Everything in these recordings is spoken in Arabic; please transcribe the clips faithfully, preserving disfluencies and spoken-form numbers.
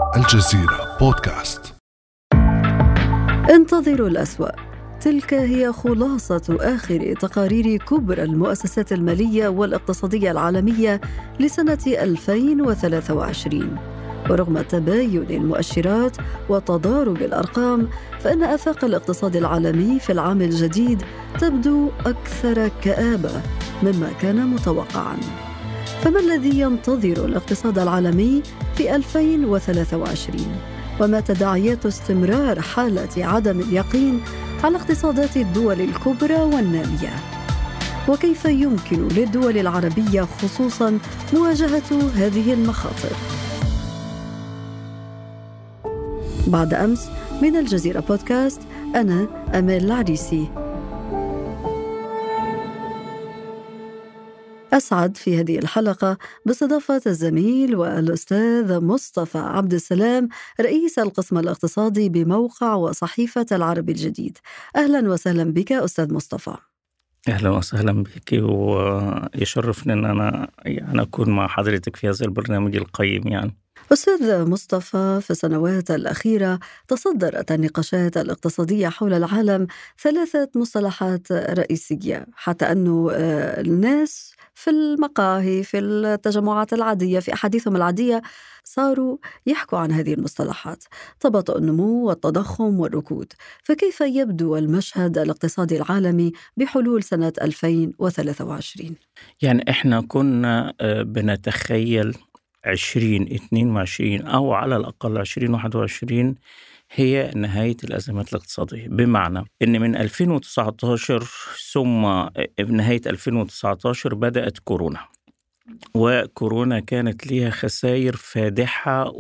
الجزيرة بودكاست. انتظروا الأسوأ. تلك هي خلاصة آخر تقارير كبرى المؤسسات المالية والاقتصادية العالمية لسنة ألفين وثلاثة وعشرين. ورغم تباين المؤشرات وتضارب الأرقام، فإن آفاق الاقتصاد العالمي في العام الجديد تبدو أكثر كآبة مما كان متوقعاً. فما الذي ينتظر الاقتصاد العالمي في ألفين وثلاثة وعشرين؟ وما تداعيات استمرار حالة عدم اليقين على اقتصادات الدول الكبرى والنامية؟ وكيف يمكن للدول العربية خصوصاً مواجهة هذه المخاطر؟ بعد أمس من الجزيرة بودكاست، أنا أمال العريسي. أسعد في هذه الحلقة باستضافة الزميل والأستاذ مصطفى عبد السلام، رئيس القسم الاقتصادي بموقع وصحيفة العربي الجديد. أهلا وسهلا بك أستاذ مصطفى. أهلا وسهلا بك، ويشرفني أن أنا يعني أكون مع حضرتك في هذا البرنامج القيم. يعني أستاذ مصطفى، في السنوات الأخيرة تصدرت النقاشات الاقتصادية حول العالم ثلاثة مصطلحات رئيسية، حتى أنه الناس في المقاهي، في التجمعات العادية، في أحاديثهم العادية صاروا يحكوا عن هذه المصطلحات: تباطؤ النمو والتضخم والركود. فكيف يبدو المشهد الاقتصادي العالمي بحلول سنة ألفين وثلاثة وعشرين؟ يعني إحنا كنا بنتخيل عشرين اثنين وعشرين أو على الأقل عشرين واحد وعشرين هي نهاية الأزمات الاقتصادية، بمعنى أن من ألفين وتسعة عشر ثم نهاية ألفين وتسعة عشر بدأت كورونا، وكورونا كانت لها خسائر فادحة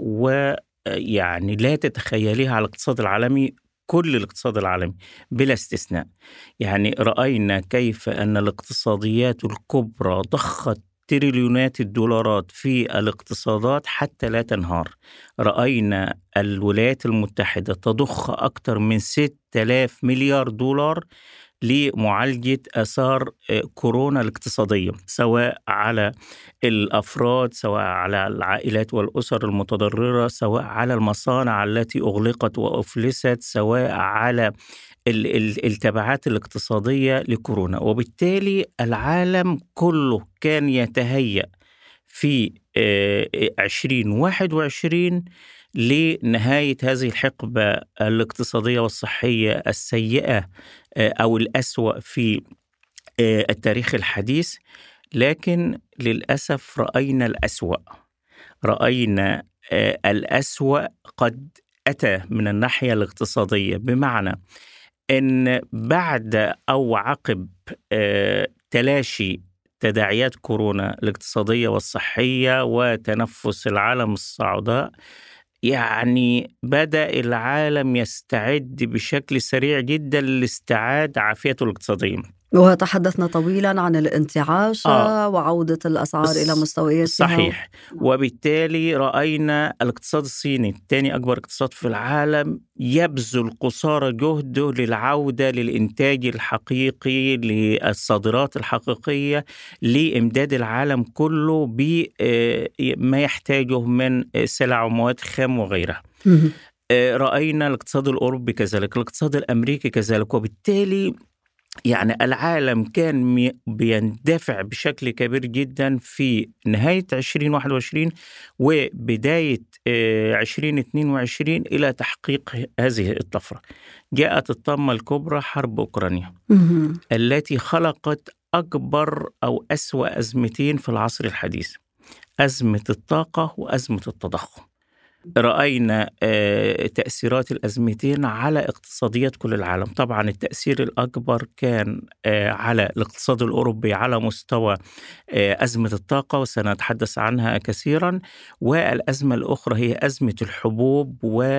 ويعني لا تتخيليها على الاقتصاد العالمي، كل الاقتصاد العالمي بلا استثناء. يعني رأينا كيف أن الاقتصاديات الكبرى ضخت تريليونات الدولارات في الاقتصادات حتى لا تنهار. رأينا الولايات المتحدة تضخ أكثر من ستة آلاف مليار دولار لمعالجة آثار كورونا الاقتصادية، سواء على الأفراد، سواء على العائلات والأسر المتضررة، سواء على المصانع التي أغلقت وأفلست، سواء على التبعات الاقتصادية لكورونا. وبالتالي العالم كله كان يتهيأ في عشرين واحد وعشرين لنهاية هذه الحقبة الاقتصادية والصحية السيئة أو الأسوأ في التاريخ الحديث. لكن للأسف رأينا الأسوأ، رأينا الأسوأ قد أتى من الناحية الاقتصادية، بمعنى أن بعد أو عقب تلاشي تداعيات كورونا الاقتصادية والصحية وتنفس العالم الصعداء، يعني بدأ العالم يستعد بشكل سريع جدا لاستعاد عافيته الاقتصادية. وتحدثنا طويلا عن الانتعاش آه. وعودة الأسعار إلى مستوياتها. صحيح. وبالتالي رأينا الاقتصاد الصيني، ثاني أكبر اقتصاد في العالم، يبذل قصارى جهده للعودة للإنتاج الحقيقي، للصادرات الحقيقية، لإمداد العالم كله بما يحتاجه من سلع ومواد خام وغيرها. رأينا الاقتصاد الأوروبي كذلك، الاقتصاد الأمريكي كذلك. وبالتالي يعني العالم كان بيندفع بشكل كبير جدا في نهاية عشرين واحد وعشرين وبداية عشرين اثنين وعشرين إلى تحقيق هذه الطفرة. جاءت الطامة الكبرى، حرب أوكرانيا، التي خلقت أكبر أو أسوأ أزمتين في العصر الحديث: أزمة الطاقة وأزمة التضخم. رأينا تأثيرات الأزمتين على اقتصاديات كل العالم. طبعا التأثير الأكبر كان على الاقتصاد الأوروبي على مستوى أزمة الطاقة، وسنتحدث عنها كثيرا. والأزمة الأخرى هي أزمة الحبوب،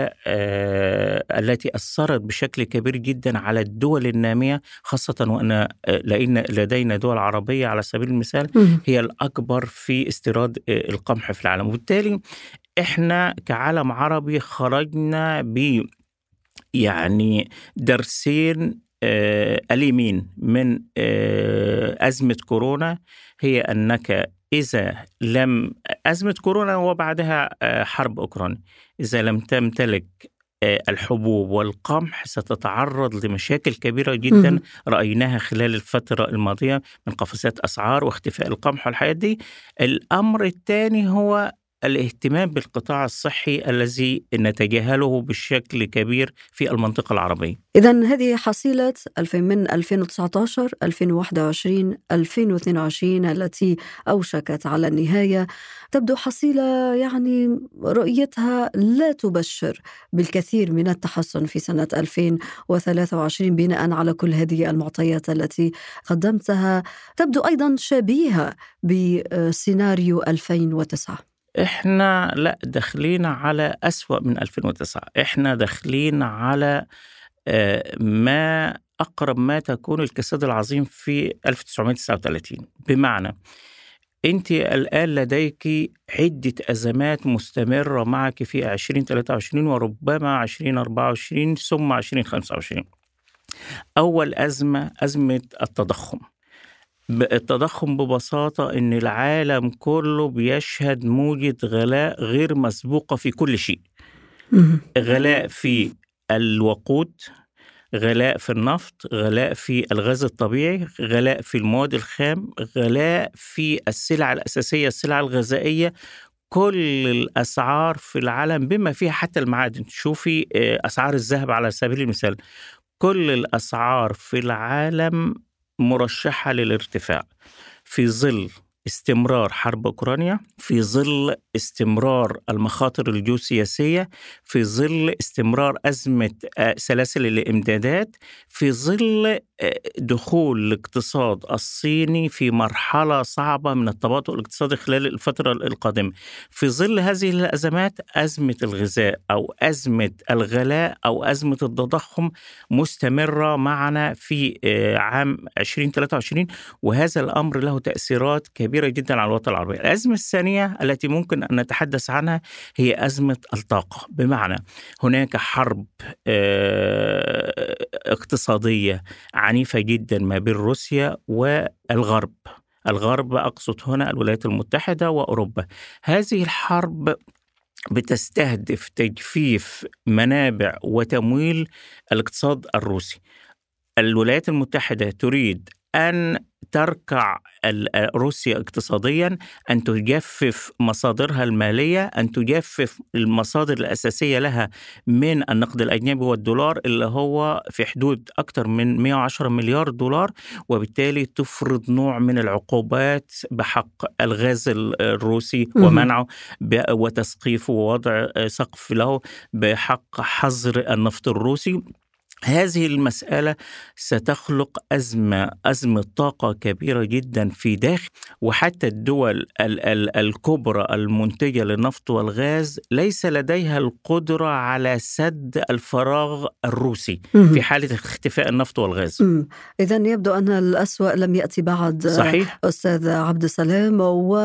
والتي أثرت بشكل كبير جدا على الدول النامية، خاصة وأن لدينا دول عربية على سبيل المثال هي الأكبر في استيراد القمح في العالم. وبالتالي إحنا كعالم عربي خرجنا ب يعني درسين أليمين من أزمة كورونا، هي أنك إذا لم أزمة كورونا وبعدها حرب أوكرانيا، إذا لم تمتلك الحبوب والقمح ستتعرض لمشاكل كبيرة جدا رأيناها خلال الفترة الماضية من قفزات أسعار واختفاء القمح والحياة دي. الأمر الثاني هو الاهتمام بالقطاع الصحي الذي نتجاهله بشكل كبير في المنطقة العربية. إذن هذه حصيلة من ألفين وتسعة عشر ألفين وواحد وعشرين ألفين واثنين وعشرين التي أوشكت على النهاية، تبدو حصيلة يعني رؤيتها لا تبشر بالكثير من التحسن في سنة ألفين وثلاثة وعشرين بناء على كل هذه المعطيات التي قدمتها. تبدو أيضا شبيهة بسيناريو ألفين وتسعة. إحنا لا داخلين على أسوأ من ألفين وتسعة، إحنا داخلين على ما أقرب ما تكون الكساد العظيم في ألف وتسعمائة وتسعة وثلاثين. بمعنى أنت الآن لديك عدة أزمات مستمرة معك في عشرين ثلاثة وعشرين وربما عشرين أربعة وعشرين ثم عشرين خمسة وعشرين. أول أزمة أزمة التضخم. التضخم ببساطة إن العالم كله بيشهد موجة غلاء غير مسبوقة في كل شيء. غلاء في الوقود، غلاء في النفط، غلاء في الغاز الطبيعي، غلاء في المواد الخام، غلاء في السلع الأساسية، السلع الغذائية. كل الأسعار في العالم بما فيها حتى المعادن. شوفي أسعار الذهب على سبيل المثال، كل الأسعار في العالم مرشحة للارتفاع في ظل استمرار حرب أوكرانيا، في ظل استمرار المخاطر الجيوسياسية، في ظل استمرار أزمة سلاسل الإمدادات، في ظل دخول الاقتصاد الصيني في مرحلة صعبة من التباطؤ الاقتصادي خلال الفترة القادمة. في ظل هذه الأزمات أزمة الغذاء أو أزمة الغلاء أو أزمة التضخم مستمرة معنا في عام عشرين ثلاثة وعشرين، وهذا الأمر له تأثيرات كبيرة جدا على الوطن العربي. الأزمة الثانية التي ممكن أن نتحدث عنها هي أزمة الطاقة. بمعنى هناك حرب اقتصادية عنيفة جدا ما بين روسيا والغرب. الغرب أقصد هنا الولايات المتحدة وأوروبا. هذه الحرب بتستهدف تجفيف منابع وتمويل الاقتصاد الروسي. الولايات المتحدة تريد أن تركع روسيا اقتصاديا، أن تجفف مصادرها المالية، أن تجفف المصادر الأساسية لها من النقد الأجنبي والدولار اللي هو في حدود أكثر من مئة وعشرة مليار دولار، وبالتالي تفرض نوع من العقوبات بحق الغاز الروسي ومنعه وتسقيفه ووضع سقف له بحق حظر النفط الروسي. هذه المسألة ستخلق أزمة أزمة طاقة كبيرة جدا في داخل، وحتى الدول ال- ال- الكبرى المنتجة للنفط والغاز ليس لديها القدرة على سد الفراغ الروسي في حالة اختفاء النفط والغاز. إذن يبدو أن الأسوأ لم يأتي بعد. صحيح. أستاذ عبد السلام،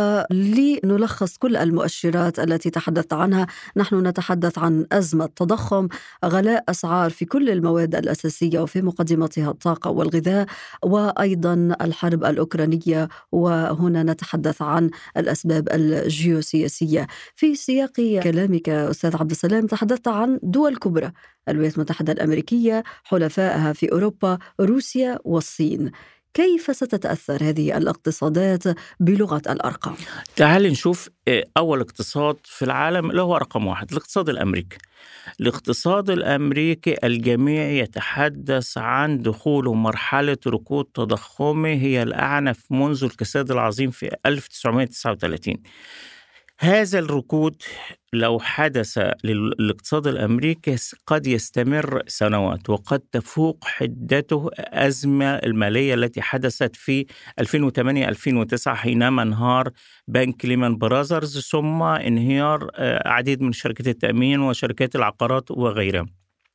ولنلخص كل المؤشرات التي تحدثت عنها، نحن نتحدث عن أزمة تضخم، غلاء أسعار في كل المواد الأساسية وفي مقدمتها الطاقة والغذاء، وأيضا الحرب الأوكرانية، وهنا نتحدث عن الأسباب الجيوسياسية. في سياق كلامك أستاذ عبد السلام تحدثت عن دول كبرى، الولايات المتحدة الأمريكية، حلفائها في أوروبا، روسيا والصين. كيف ستتأثر هذه الاقتصادات بلغة الأرقام؟ تعال نشوف أول اقتصاد في العالم اللي هو رقم واحد، الاقتصاد الأمريكي. الاقتصاد الأمريكي الجميع يتحدث عن دخوله مرحلة ركود تضخمي هي الأعنف منذ الكساد العظيم في ألف وتسعمائة وتسعة وثلاثين. هذا الركود لو حدث للاقتصاد الأمريكي قد يستمر سنوات، وقد تفوق حدته أزمة المالية التي حدثت في ألفين وثمانية ألفين وتسعة حينما انهار بنك ليمان براذرز، ثم انهيار عديد من شركات التأمين وشركات العقارات وغيرها.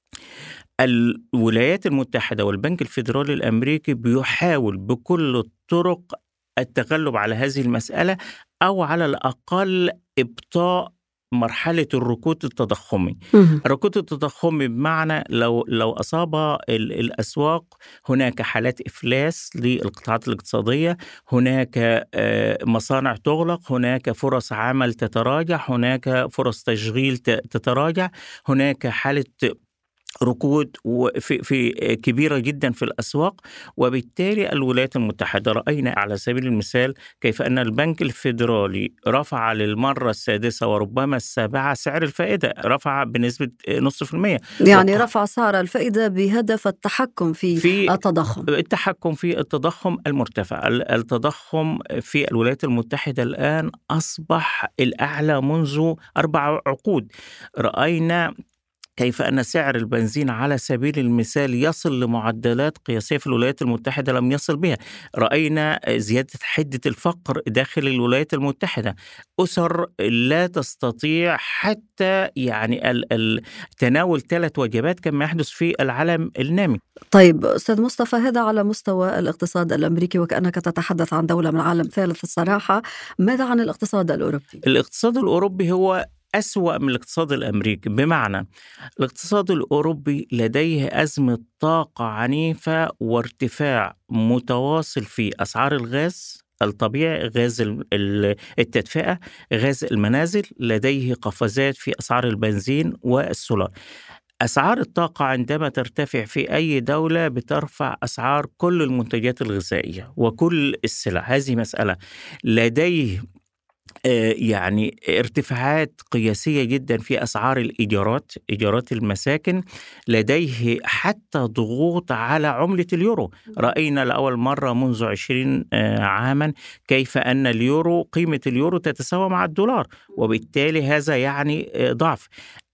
الولايات المتحدة والبنك الفيدرالي الأمريكي بيحاول بكل الطرق التغلب على هذه المسألة، أو على الأقل إبطاء مرحلة الركود التضخمي. الركود التضخمي بمعنى لو لو أصاب الأسواق هناك حالات إفلاس للقطاعات الاقتصادية، هناك مصانع تغلق، هناك فرص عمل تتراجع، هناك فرص تشغيل تتراجع، هناك حالة ركود في في كبيرة جدا في الأسواق. وبالتالي الولايات المتحدة رأينا على سبيل المثال كيف أن البنك الفيدرالي رفع للمرة السادسة وربما السابعة سعر الفائدة، رفع بنسبة نصف في المية، يعني وق... رفع سعر الفائدة بهدف التحكم في, في التضخم التحكم في التضخم المرتفع. التضخم في الولايات المتحدة الآن أصبح الأعلى منذ أربع عقود. رأينا كيف أن سعر البنزين على سبيل المثال يصل لمعدلات قياسية في الولايات المتحدة لم يصل بها. رأينا زيادة حدة الفقر داخل الولايات المتحدة، أسر لا تستطيع حتى يعني تناول ثلاث وجبات كما يحدث في العالم النامي. طيب أستاذ مصطفى، هذا على مستوى الاقتصاد الأمريكي وكأنك تتحدث عن دولة من عالم ثالث الصراحة. ماذا عن الاقتصاد الأوروبي؟ الاقتصاد الأوروبي هو أسوأ من الاقتصاد الأمريكي، بمعنى الاقتصاد الأوروبي لديه أزمة طاقة عنيفة وارتفاع متواصل في أسعار الغاز الطبيعي، غاز التدفئة، غاز المنازل، لديه قفزات في أسعار البنزين والسولار. أسعار الطاقة عندما ترتفع في أي دولة بترفع أسعار كل المنتجات الغذائية وكل السلع. هذه مسألة. لديه يعني ارتفاعات قياسية جدا في أسعار الإيجارات، إيجارات المساكن. لديه حتى ضغوط على عملة اليورو. رأينا لأول مرة منذ عشرين عاما كيف أن اليورو، قيمة اليورو تتساوى مع الدولار، وبالتالي هذا يعني ضعف.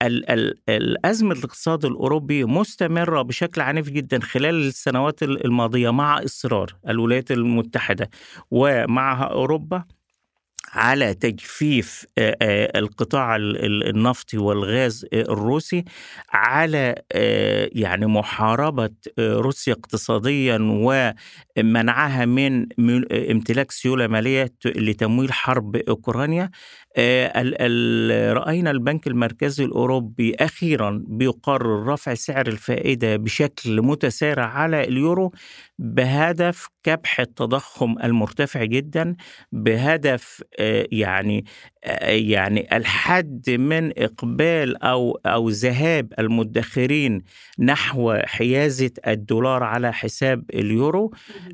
الأزمة الاقتصاد الأوروبي مستمرة بشكل عنيف جدا خلال السنوات الماضية مع إصرار الولايات المتحدة ومعها أوروبا على تجفيف القطاع النفطي والغاز الروسي، على يعني محاربة روسيا اقتصاديا ومنعها من امتلاك سيولة مالية لتمويل حرب أوكرانيا. رأينا البنك المركزي الأوروبي أخيرا بيقرر رفع سعر الفائدة بشكل متسارع على اليورو بهدف كبح التضخم المرتفع جدا، بهدف يعني يعني الحد من إقبال أو أو ذهاب المدخرين نحو حيازة الدولار على حساب اليورو.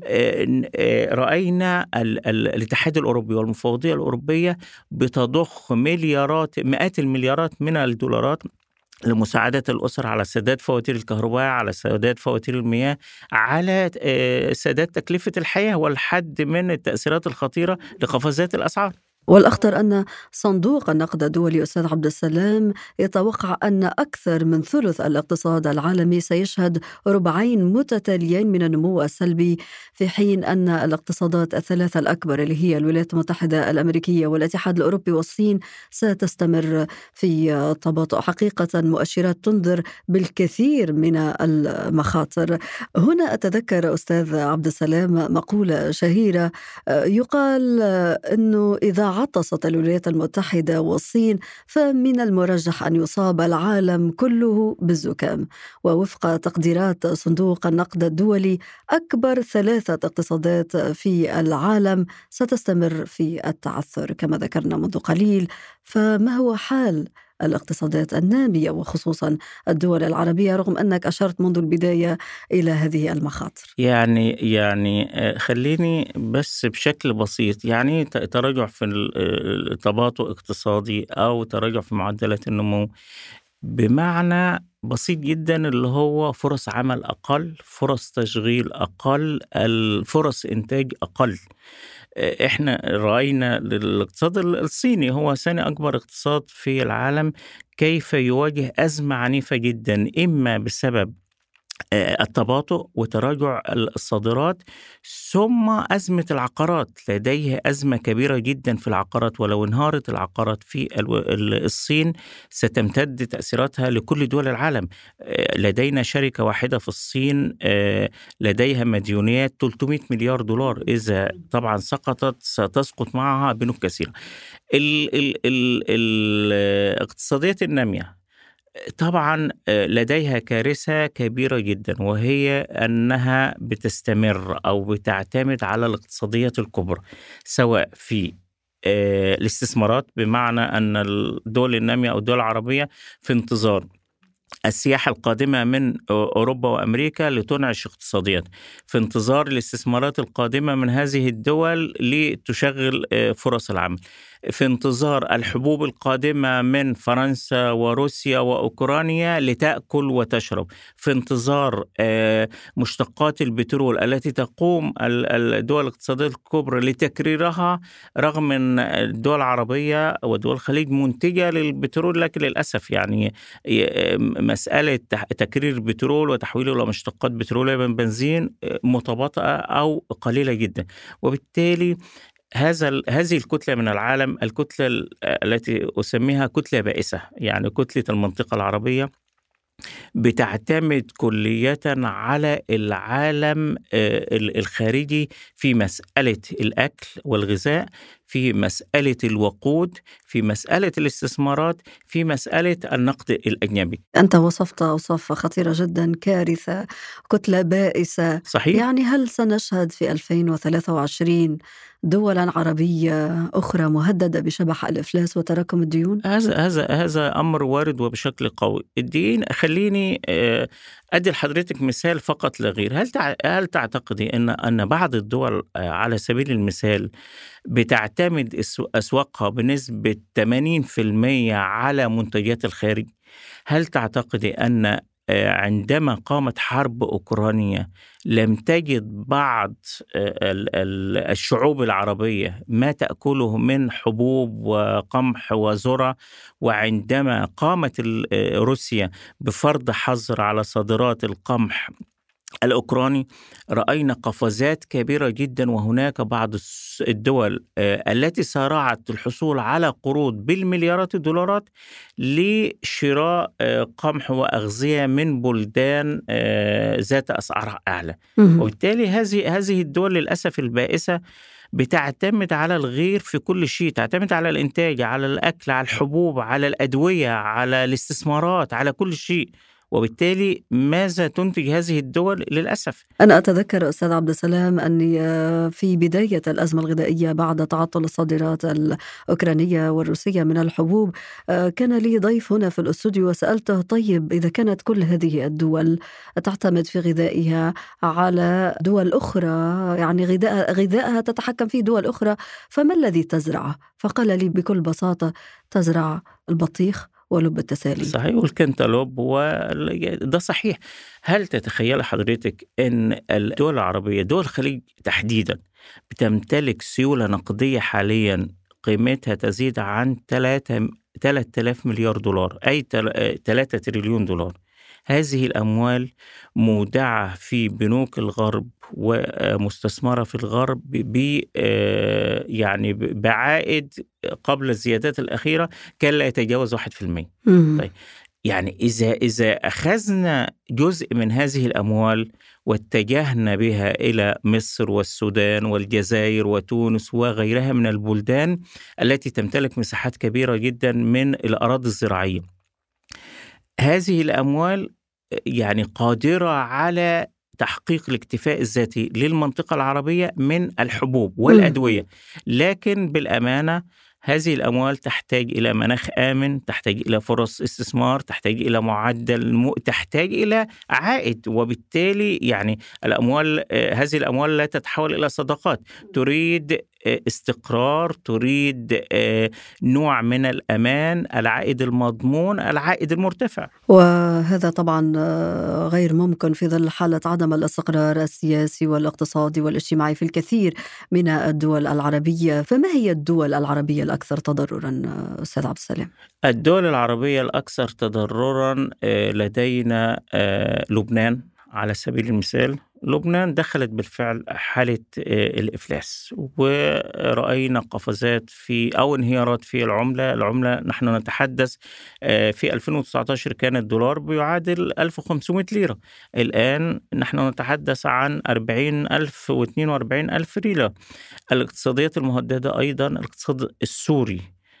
رأينا الاتحاد الأوروبي والمفوضية الأوروبية بتضخ مليارات، مئات المليارات من الدولارات لمساعدة الأسر على سداد فواتير الكهرباء، على سداد فواتير المياه، على سداد تكلفة الحياة، والحد من التأثيرات الخطيرة لقفزات الأسعار. والأخطر أن صندوق النقد الدولي أستاذ عبد السلام يتوقع أن أكثر من ثلث الاقتصاد العالمي سيشهد ربعين متتاليين من النمو السلبي، في حين أن الاقتصادات الثلاثة الأكبر اللي هي الولايات المتحدة الأمريكية والاتحاد الأوروبي والصين ستستمر في تباطؤ. حقيقة مؤشرات تنذر بالكثير من المخاطر. هنا أتذكر أستاذ عبد السلام مقولة شهيرة يقال أنه إذا عطست الولايات المتحدة والصين فمن المرجح أن يصاب العالم كله بالزكام. ووفق تقديرات صندوق النقد الدولي أكبر ثلاثة اقتصادات في العالم ستستمر في التعثر كما ذكرنا منذ قليل. فما هو حال الاقتصادات النامية وخصوصا الدول العربية رغم أنك أشرت منذ البداية إلى هذه المخاطر؟ يعني يعني خليني بس بشكل بسيط، يعني تراجع في التباطؤ اقتصادي أو تراجع في معدلات النمو بمعنى بسيط جدا اللي هو فرص عمل أقل، فرص تشغيل أقل، الفرص إنتاج أقل. إحنا رأينا الاقتصاد الصيني هو ثاني أكبر اقتصاد في العالم كيف يواجه أزمة عنيفة جدا، إما بسبب التباطؤ وتراجع الصادرات، ثم أزمة العقارات. لديه أزمة كبيرة جدا في العقارات، ولو انهارت العقارات في الصين ستمتد تأثيراتها لكل دول العالم. لدينا شركة واحدة في الصين لديها مديونيات ثلاثمائة مليار دولار، إذا طبعا سقطت ستسقط معها بنوك كثيرة. الاقتصاديات النامية طبعا لديها كارثة كبيرة جدا، وهي أنها بتستمر أو بتعتمد على الاقتصاديات الكبرى، سواء في الاستثمارات، بمعنى أن الدول النامية أو الدول العربية في انتظار السياحة القادمة من أوروبا وأمريكا لتنعش اقتصاديات، في انتظار الاستثمارات القادمة من هذه الدول لتشغل فرص العمل، في انتظار الحبوب القادمة من فرنسا وروسيا وأوكرانيا لتأكل وتشرب، في انتظار مشتقات البترول التي تقوم الدول الاقتصادية الكبرى لتكريرها، رغم أن الدول العربية ودول الخليج منتجة للبترول، لكن للأسف يعني مسألة تكرير البترول وتحويله إلى مشتقات بترولية من بنزين متباطئة أو قليلة جدا. وبالتالي هذا هذه الكتلة من العالم، الكتلة التي أسميها كتلة بائسة، يعني كتلة المنطقة العربية، بتعتمد كلية على العالم الخارجي في مسألة الأكل والغذاء، في مسألة الوقود، في مسألة الاستثمارات، في مسألة النقد الأجنبي. أنت وصفت أوصاف خطيرة جدا، كارثة، كتلة بائسة. صحيح. يعني هل سنشهد في ألفين وثلاثة وعشرين دولا عربية أخرى مهددة بشبح الإفلاس وتراكم الديون؟ هذا هذا هذا أمر وارد وبشكل قوي. الدين خليني أدي لحضرتك مثال فقط لا غير. هل هل تعتقدي أن أن بعض الدول على سبيل المثال بتعتمد أسواقها بنسبة ثمانين بالمئة على منتجات الخارج؟ هل تعتقدي أن عندما قامت حرب أوكرانيا لم تجد بعض الشعوب العربية ما تأكله من حبوب وقمح وذرة؟ وعندما قامت روسيا بفرض حظر على صادرات القمح الأوكراني رأينا قفزات كبيرة جدا، وهناك بعض الدول التي سارعت الحصول على قروض بالمليارات الدولارات لشراء قمح وأغذية من بلدان ذات أسعار أعلى. وبالتالي هذه هذه الدول للأسف البائسة بتعتمد على الغير في كل شيء، تعتمد على الإنتاج، على الأكل، على الحبوب، على الأدوية، على الاستثمارات، على كل شيء. وبالتالي ماذا تنتج هذه الدول للأسف؟ أنا أتذكر أستاذ عبد السلام أني في بداية الأزمة الغذائية بعد تعطل الصادرات الأوكرانية والروسية من الحبوب كان لي ضيف هنا في الأستوديو وسألته طيب إذا كانت كل هذه الدول تعتمد في غذائها على دول أخرى، يعني غذاء غذائها تتحكم فيه دول أخرى، فما الذي تزرعه؟ فقال لي بكل بساطة تزرع البطيخ ولب التسالي. صحيح، والكنتالوب، وده صحيح. هل تتخيل حضرتك أن الدول العربية، دول الخليج تحديدا، بتمتلك سيولة نقدية حاليا قيمتها تزيد عن ثلاثة آلاف مليار دولار، أي ثلاثة تريليون دولار. هذه الأموال مودعة في بنوك الغرب ومستثمرة في الغرب ب يعني بعائد قبل الزيادات الأخيرة كان لا يتجاوز واحد في المئة. طيب يعني إذا إذا أخذنا جزء من هذه الأموال واتجهنا بها إلى مصر والسودان والجزائر وتونس وغيرها من البلدان التي تمتلك مساحات كبيرة جدا من الأراضي الزراعية، هذه الأموال يعني قادرة على تحقيق الاكتفاء الذاتي للمنطقة العربية من الحبوب والأدوية. لكن بالأمانة هذه الأموال تحتاج إلى مناخ آمن، تحتاج إلى فرص استثمار، تحتاج إلى معدل م... تحتاج إلى عائد. وبالتالي يعني الأموال هذه الأموال لا تتحول إلى صدقات، تريد استقرار، تريد نوع من الأمان، العائد المضمون، العائد المرتفع. وهذا طبعا غير ممكن في ظل حالة عدم الاستقرار السياسي والاقتصادي والاجتماعي في الكثير من الدول العربية. فما هي الدول العربية الأكثر تضررا أستاذ عبد السلام؟ الدول العربية الأكثر تضررا لدينا لبنان على سبيل المثال، لبنان دخلت بالفعل حالة الإفلاس، ورأينا قفزات في أو انهيارات في العملة العملة نحن نتحدث في ألفين وتسعة عشر كان الدولار بيعادل ألف وخمسمائة ليرة، الآن نحن نتحدث عن أربعين ألف واثنين وأربعين ألف ليرة. الاقتصاديات المهددة أيضا الاقتصاد السوري،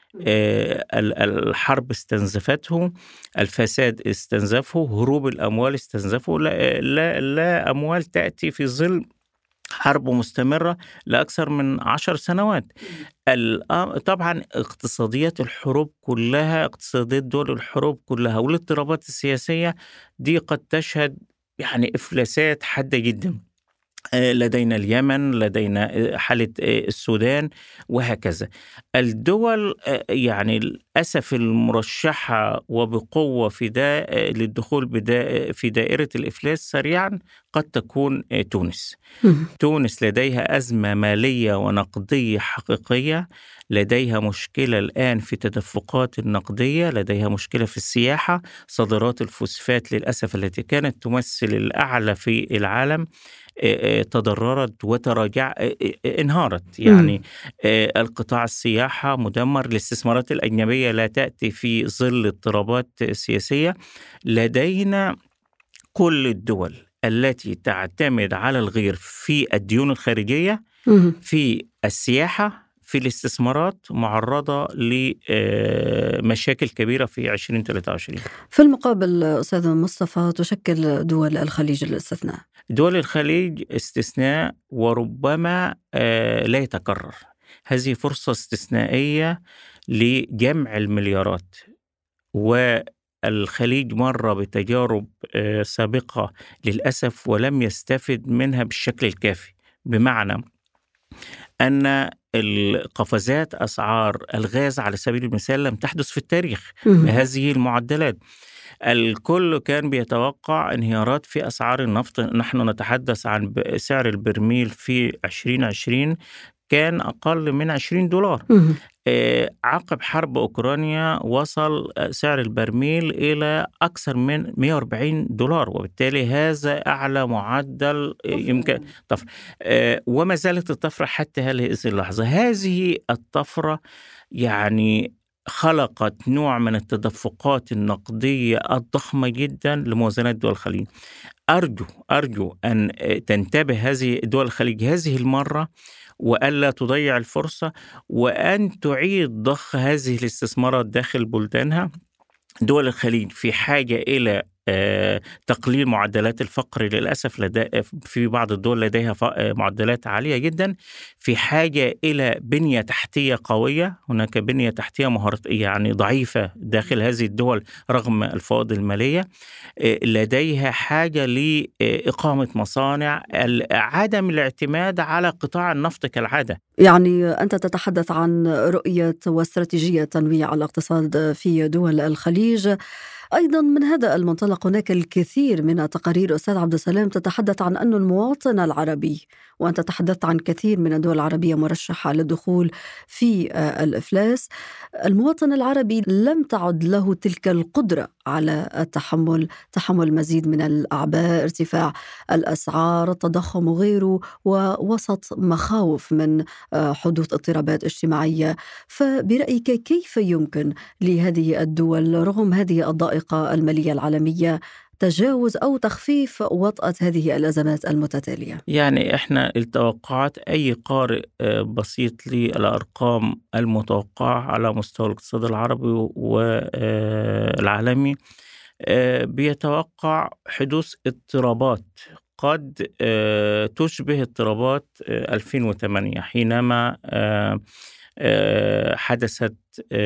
الحرب استنزفته، الفساد استنزفه، هروب الأموال استنزفه. لا, لا, لا أموال تأتي في ظل حرب مستمرة لأكثر من عشر سنوات. طبعا اقتصاديات الحروب كلها، اقتصاديات دول الحروب كلها والاضطرابات السياسية دي قد تشهد يعني إفلاسات حادة جدا. لدينا اليمن، لدينا حالة السودان وهكذا. الدول يعني للأسف المرشحة وبقوة في دا للدخول بدا في دائرة الإفلاس سريعا قد تكون تونس. تونس لديها أزمة مالية ونقدية حقيقية، لديها مشكلة الآن في تدفقات النقدية، لديها مشكلة في السياحة. صادرات الفوسفات للأسف التي كانت تمثل الأعلى في العالم تضررت وتراجع انهارت. يعني القطاع السياحة مدمر، الاستثمارات الأجنبية لا تأتي في ظل اضطرابات سياسية. لدينا كل الدول التي تعتمد على الغير في الديون الخارجية، في السياحة، في الاستثمارات، معرضة لمشاكل كبيرة في عشرين ثلاثة وعشرين. في المقابل أستاذ مصطفى، تشكل دول الخليج الاستثناء. دول الخليج استثناء وربما لا يتكرر. هذه فرصة استثنائية لجمع المليارات، والخليج مر بتجارب سابقة للأسف ولم يستفد منها بالشكل الكافي، بمعنى أن القفزات أسعار الغاز على سبيل المثال لم تحدث في التاريخ بهذه المعدلات. الكل كان بيتوقع انهيارات في أسعار النفط. نحن نتحدث عن سعر البرميل في عشرين عشرين كان أقل من عشرين دولار. عقب حرب أوكرانيا وصل سعر البرميل إلى أكثر من مئة وأربعين دولار، وبالتالي هذا أعلى معدل يمكن طفرة، وما زالت الطفرة حتى هذه اللحظة. هذه الطفرة يعني خلقت نوع من التدفقات النقدية الضخمة جدا لموازنات دول الخليج. أرجو أرجو أن تنتبه هذه دول الخليج هذه المرة، وألا تضيع الفرصة، وأن تعيد ضخ هذه الاستثمارات داخل بلدانها. دول الخليج في حاجة إلى تقليل معدلات الفقر، للأسف لدى في بعض الدول لديها معدلات عالية جدا. في حاجة إلى بنية تحتية قوية، هناك بنية تحتية مهارة يعني ضعيفة داخل هذه الدول رغم الفوائد المالية. لديها حاجة لإقامة مصانع، عدم الاعتماد على قطاع النفط كالعادة. يعني أنت تتحدث عن رؤية واستراتيجية تنويع الاقتصاد في دول الخليج. أيضا من هذا المنطلق هناك الكثير من التقارير أستاذ عبد السلام تتحدث عن أن المواطن العربي، وأنت تحدثت عن كثير من الدول العربية مرشحة للدخول في الإفلاس، المواطن العربي لم تعد له تلك القدرة على التحمل تحمل مزيد من الأعباء، ارتفاع الأسعار، التضخم وغيره، ووسط مخاوف من حدوث اضطرابات اجتماعية. فبرأيك كيف يمكن لهذه الدول رغم هذه الضائقة المالية العالمية تجاوز أو تخفيف وطأة هذه الأزمات المتتالية؟ يعني إحنا التوقعات، أي قارئ بسيط للأرقام المتوقعة على مستوى الاقتصاد العربي والعالمي بيتوقع حدوث اضطرابات قد تشبه اضطرابات ألفين وثمانية حينما حدثت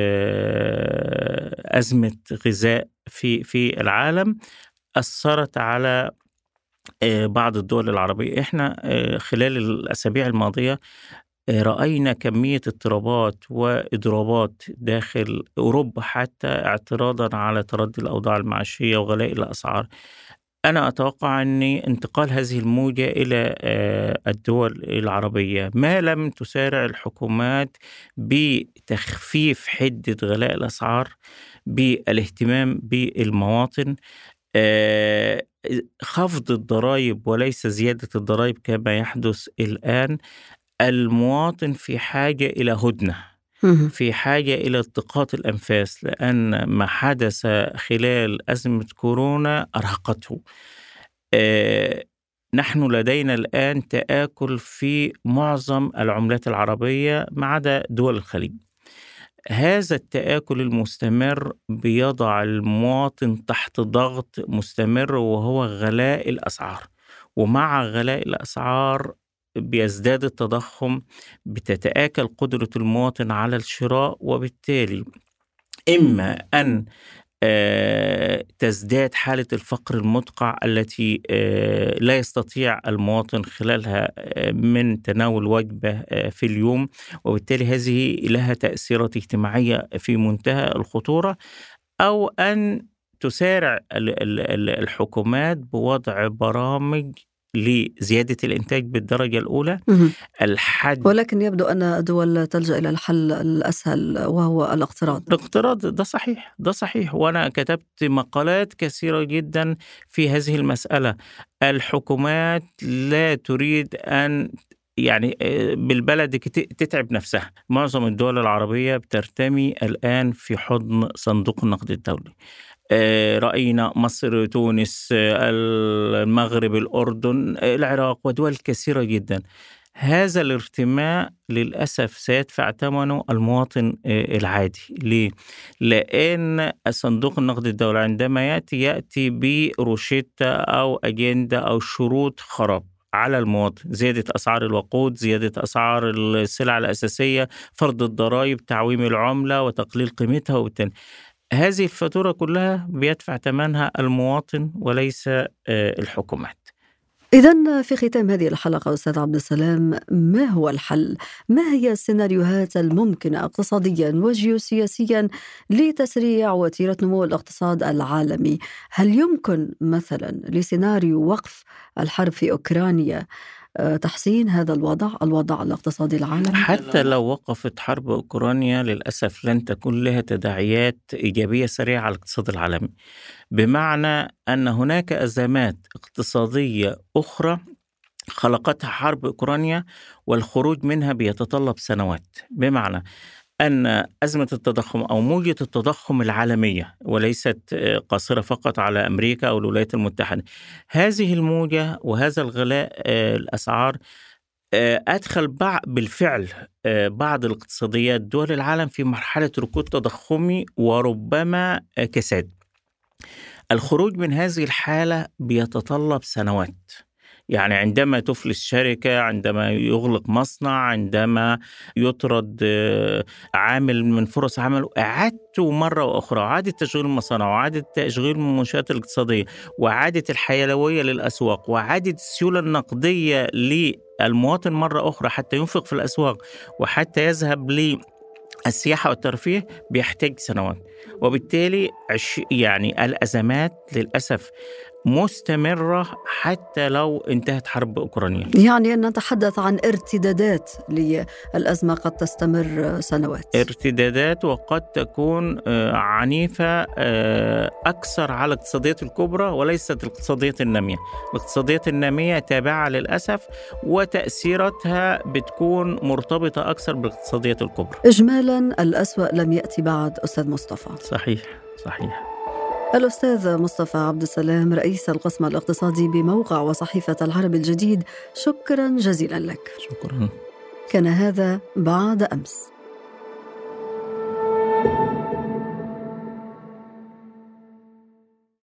أزمة غذاء في في العالم أثرت على بعض الدول العربية. إحنا خلال الأسابيع الماضية رأينا كمية اضطرابات وإضرابات داخل أوروبا حتى اعتراضا على تردي الأوضاع المعيشية وغلاء الأسعار. أنا أتوقع أن انتقال هذه الموجة إلى الدول العربية ما لم تسارع الحكومات بتخفيف حدة غلاء الأسعار، بالاهتمام بالمواطن، خفض الضرائب وليس زيادة الضرائب كما يحدث الآن. المواطن في حاجة إلى هدنة، في حاجة إلى التقاط الأنفاس، لأن ما حدث خلال أزمة كورونا أرهقته. آه نحن لدينا الآن تآكل في معظم العملات العربية ما عدا دول الخليج. هذا التآكل المستمر بيضع المواطن تحت ضغط مستمر، وهو غلاء الأسعار. ومع غلاء الأسعار بيزداد التضخم، بتتآكل قدرة المواطن على الشراء، وبالتالي إما أن آه تزداد حالة الفقر المدقع التي آه لا يستطيع المواطن خلالها آه من تناول وجبة آه في اليوم، وبالتالي هذه لها تأثيرات اجتماعية في منتهى الخطورة، أو أن تسارع الحكومات بوضع برامج لزيادة الإنتاج بالدرجة الأولى. الحد ولكن يبدو أن الدول تلجأ إلى الحل الأسهل وهو الاقتراض. الاقتراض ده صحيح، ده صحيح، وأنا كتبت مقالات كثيرة جدا في هذه المسألة. الحكومات لا تريد أن يعني بالبلد تتعب نفسها. معظم الدول العربية بترتمي الآن في حضن صندوق النقد الدولي. رأينا مصر، تونس، المغرب، الأردن، العراق ودول كثيرة جدا. هذا الارتماء للأسف سيدفع ثمنه المواطن العادي. ليه؟ لأن صندوق النقد الدولي عندما يأتي يأتي بروشتة أو أجندة أو شروط خراب على المواطن: زيادة أسعار الوقود، زيادة أسعار السلع الأساسية، فرض الضرائب، تعويم العملة وتقليل قيمتها. وبالتالي هذه الفاتورة كلها بيدفع ثمنها المواطن وليس الحكومات. إذن في ختام هذه الحلقة أستاذ عبد السلام، ما هو الحل؟ ما هي السيناريوهات الممكنة اقتصاديا وجيوسياسيا لتسريع وتيرة نمو الاقتصاد العالمي؟ هل يمكن مثلا لسيناريو وقف الحرب في أوكرانيا تحسين هذا الوضع الوضع الاقتصادي العالمي؟ حتى لو وقفت حرب أوكرانيا للأسف لن تكون لها تداعيات إيجابية سريعة على الاقتصاد العالمي، بمعنى أن هناك أزمات اقتصادية أخرى خلقتها حرب أوكرانيا والخروج منها بيتطلب سنوات. بمعنى أن أزمة التضخم أو موجة التضخم العالمية وليست قاصرة فقط على أمريكا أو الولايات المتحدة، هذه الموجة وهذا الغلاء الأسعار أدخل بالفعل بعض الاقتصاديات دول العالم في مرحلة ركود تضخمي وربما كساد. الخروج من هذه الحالة بيتطلب سنوات. يعني عندما تفلس شركة، عندما يغلق مصنع، عندما يطرد عامل من فرص عمله، إعادته مرة أخرى، إعادة تشغيل المصانع، وإعادة تشغيل المنشآت الاقتصادية، وإعادة الحيوية للأسواق، وإعادة السيولة النقدية للمواطن مرة أخرى حتى ينفق في الأسواق وحتى يذهب للسياحة والترفيه، بيحتاج سنوات. وبالتالي يعني الأزمات للأسف مستمرة حتى لو انتهت حرب أوكرانيا. يعني أن نتحدث عن ارتدادات للأزمة قد تستمر سنوات، ارتدادات وقد تكون عنيفة أكثر على الاقتصاديات الكبرى وليست الاقتصاديات النامية. الاقتصاديات النامية تابعة للأسف وتأثيراتها بتكون مرتبطة أكثر بالاقتصاديات الكبرى. إجمالا الأسوأ لم يأتي بعد أستاذ مصطفى. صحيح صحيح. الأستاذ مصطفى عبد السلام، رئيس القسم الاقتصادي بموقع وصحيفة العرب الجديد، شكرا جزيلا لك. شكرا. كان هذا بعد أمس.